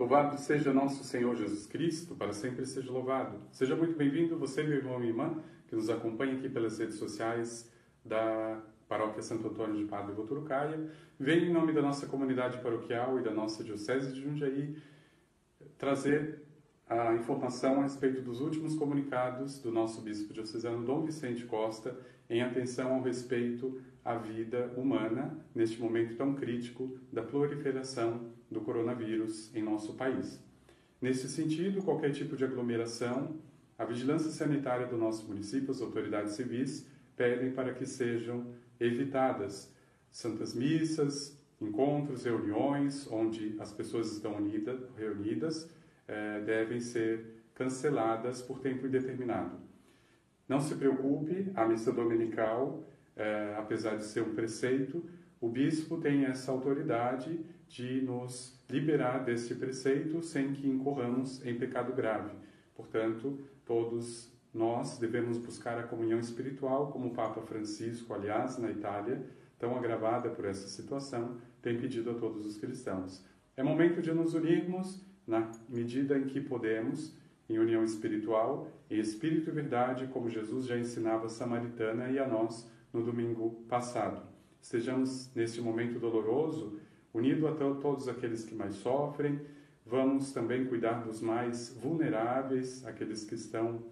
Louvado seja nosso Senhor Jesus Cristo, para sempre seja louvado. Seja muito bem-vindo, você, meu irmão e irmã, que nos acompanha aqui pelas redes sociais da Paróquia Santo Antônio de Padre Voturucaia. Venho em nome da nossa comunidade paroquial e da nossa Diocese de Jundiaí trazer a informação a respeito dos últimos comunicados do nosso Bispo Diocesano Dom Vicente Costa em atenção ao respeito à vida humana neste momento tão crítico da proliferação do coronavírus em nosso país. Nesse sentido, qualquer tipo de aglomeração, a vigilância sanitária do nosso município, as autoridades civis, pedem para que sejam evitadas santas missas, encontros, reuniões, onde as pessoas estão reunidas, devem ser canceladas por tempo indeterminado. Não se preocupe, a missa dominical, apesar de ser um preceito, o bispo tem essa autoridade de nos liberar desse preceito sem que incorramos em pecado grave. Portanto, todos nós devemos buscar a comunhão espiritual, como o Papa Francisco, aliás, na Itália, tão agravada por essa situação, tem pedido a todos os cristãos. É momento de nos unirmos na medida em que podemos, em união espiritual, em espírito e verdade, como Jesus já ensinava a Samaritana e a nós no domingo passado. Estejamos neste momento doloroso, unido a todos aqueles que mais sofrem, vamos também cuidar dos mais vulneráveis, aqueles que estão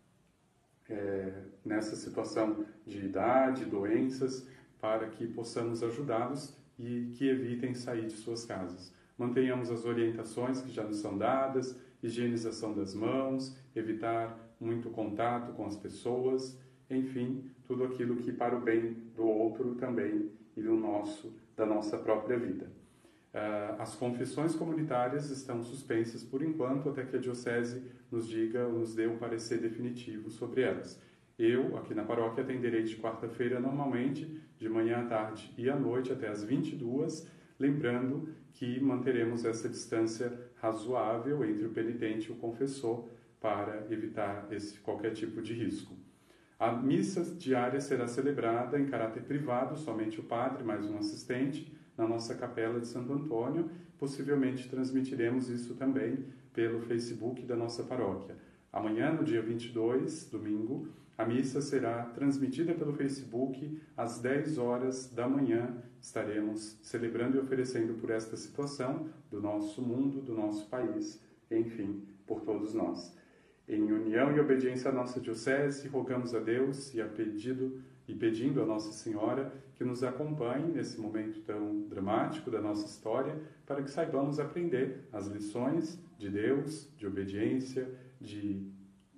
nessa situação de idade, doenças, para que possamos ajudá-los e que evitem sair de suas casas. Mantenhamos as orientações que já nos são dadas, higienização das mãos, evitar muito contato com as pessoas, enfim, tudo aquilo que para o bem do outro também e da nossa própria vida. As confissões comunitárias estão suspensas por enquanto, até que a Diocese nos dê um parecer definitivo sobre elas. Eu, aqui na paróquia, atenderei de quarta-feira normalmente, de manhã à tarde e à noite, até às 22h, lembrando que manteremos essa distância razoável entre o penitente e o confessor para evitar qualquer tipo de risco. A missa diária será celebrada em caráter privado, somente o padre, mais um assistente, na nossa capela de Santo Antônio. Possivelmente transmitiremos isso também pelo Facebook da nossa paróquia. Amanhã, no dia 22, domingo, a missa será transmitida pelo Facebook às 10 horas da manhã. Estaremos celebrando e oferecendo por esta situação do nosso mundo, do nosso país, enfim, por todos nós. Em união e obediência à nossa Diocese, rogamos a Deus pedindo a Nossa Senhora que nos acompanhe nesse momento tão dramático da nossa história, para que saibamos aprender as lições de Deus, de obediência, de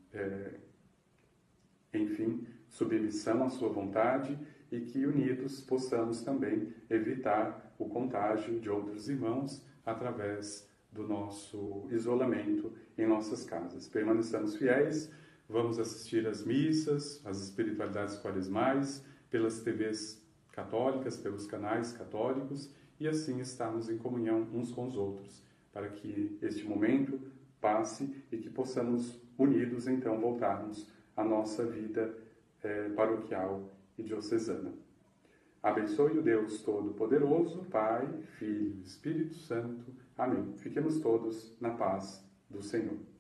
submissão à sua vontade, e que unidos possamos também evitar o contágio de outros irmãos através do nosso isolamento em nossas casas. Permaneçamos fiéis, vamos assistir às missas, às espiritualidades quaresmais, pelas TVs católicas, pelos canais católicos, e assim estarmos em comunhão uns com os outros, para que este momento passe e que possamos, unidos, então, voltarmos à nossa vida paroquial e diocesana. Abençoe o Deus Todo-Poderoso, Pai, Filho e Espírito Santo. Amém. Fiquemos todos na paz do Senhor.